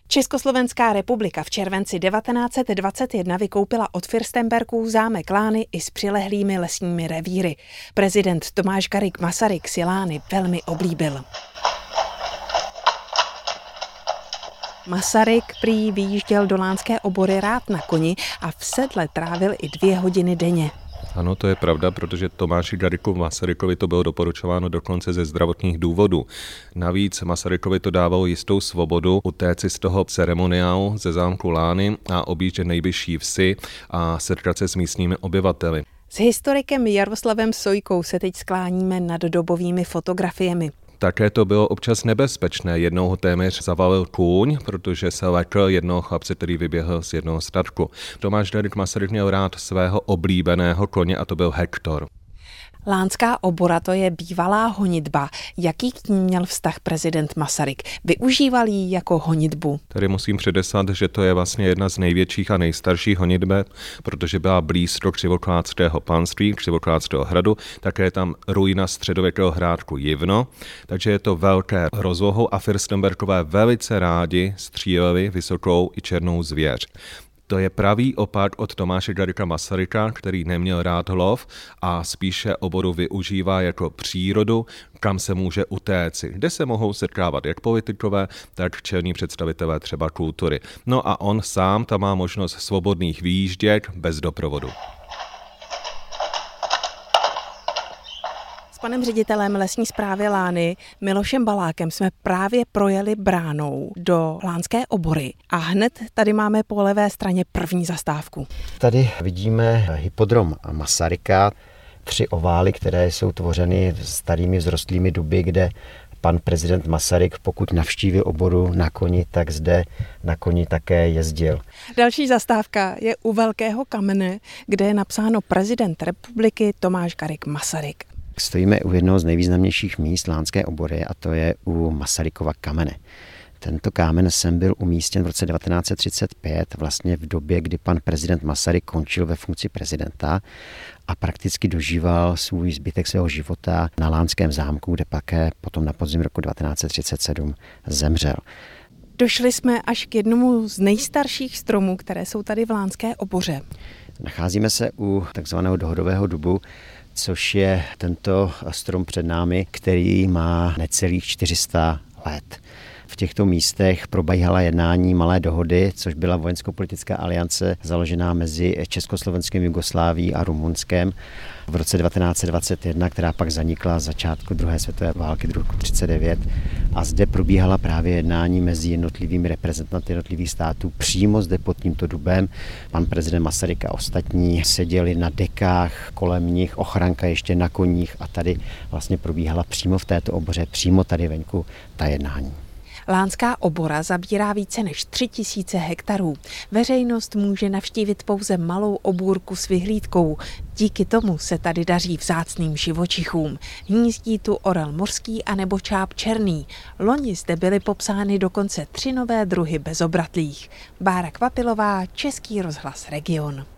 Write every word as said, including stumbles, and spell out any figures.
Československá republika v červenci devatenáct set dvacet jedna vykoupila od Fürstenbergů zámek Lány i s přilehlými lesními revíry. Prezident Tomáš Garrigue Masaryk si Lány velmi oblíbil. Masaryk prý vyjížděl do Lánské Obory rád na koni a v sedle trávil i dvě hodiny denně. Ano, to je pravda, protože Tomáši Garriguovi Masarykovi to bylo doporučováno dokonce ze zdravotních důvodů. Navíc Masarykovi to dávalo jistou svobodu utéci z toho ceremoniálu ze zámku Lány a objíždět nejbližší vsi a setkat se s místními obyvateli. S historikem Jaroslavem Sojkou se teď skláníme nad dobovými fotografiemi. Také to bylo občas nebezpečné. Jednou ho téměř zavalil kůň, protože se lekl jednoho chlapce, který vyběhl z jednoho statku. Tomáš Garrigue Masaryk měl rád svého oblíbeného koně a to byl Hektor. Lánská Obora, to je bývalá honitba. Jaký k ní měl vztah prezident Masaryk? Využíval ji jako honitbu? Tady musím předeslat, že to je vlastně jedna z největších a nejstarších honitbeb, protože byla blízko Křivoklátského panství, Křivoklátského hradu, také je tam ruina středověkého hrádku Jivno, takže je to velké rozlohou a Fürstenbergové velice rádi stříleli vysokou i černou zvěř. To je pravý opak od Tomáše Garrigua Masaryka, který neměl rád lov a spíše oboru využívá jako přírodu, kam se může utéci, kde se mohou setkávat jak politikové, tak čelní představitelé třeba kultury. No a on sám tam má možnost svobodných výjížděk bez doprovodu. S panem ředitelem lesní správy Lány Milošem Balákem jsme právě projeli bránou do Lánské Obory a hned tady máme po levé straně první zastávku. Tady vidíme hypodrom Masaryka, tři ovály, které jsou tvořeny starými vzrostlými duby, kde pan prezident Masaryk, pokud navštívil Oboru na koni, tak zde na koni také jezdil. Další zastávka je u Velkého kamene, kde je napsáno prezident republiky Tomáš Garrigue Masaryk. Stojíme u jednoho z nejvýznamnějších míst Lánské Obory a to je u Masarykova kamene. Tento kámen sem byl umístěn v roce devatenáct set třicet pět, vlastně v době, kdy pan prezident Masaryk končil ve funkci prezidenta a prakticky dožíval svůj zbytek svého života na Lánském zámku, kde pak potom na podzim roku devatenáct set třicet sedm zemřel. Došli jsme až k jednomu z nejstarších stromů, které jsou tady v Lánské Oboře. Nacházíme se u takzvaného dohodového dubu, což je tento strom před námi, který má necelých čtyři sta let. V těchto místech probíhala jednání Malé dohody, což byla vojensko-politická aliance založená mezi Československem, Jugoslávií a Rumunskem v roce devatenáct set dvacet jedna, která pak zanikla z začátku druhé světové války roku třicet devět. A zde probíhala právě jednání mezi jednotlivými reprezentanty jednotlivých států přímo zde pod tímto dubem. Pan prezident Masaryk a ostatní seděli na dekách, kolem nich ochranka ještě na koních a tady vlastně probíhala přímo v této oboře, přímo tady venku ta jednání. Lánská Obora zabírá více než tři tisíce hektarů. Veřejnost může navštívit pouze malou obůrku s vyhlídkou. Díky tomu se tady daří vzácným živočichům. Hnízdí tu orel mořský anebo čáp černý. Loni zde byly popsány dokonce tři nové druhy bezobratlých. Bára Kvapilová, Český rozhlas Region.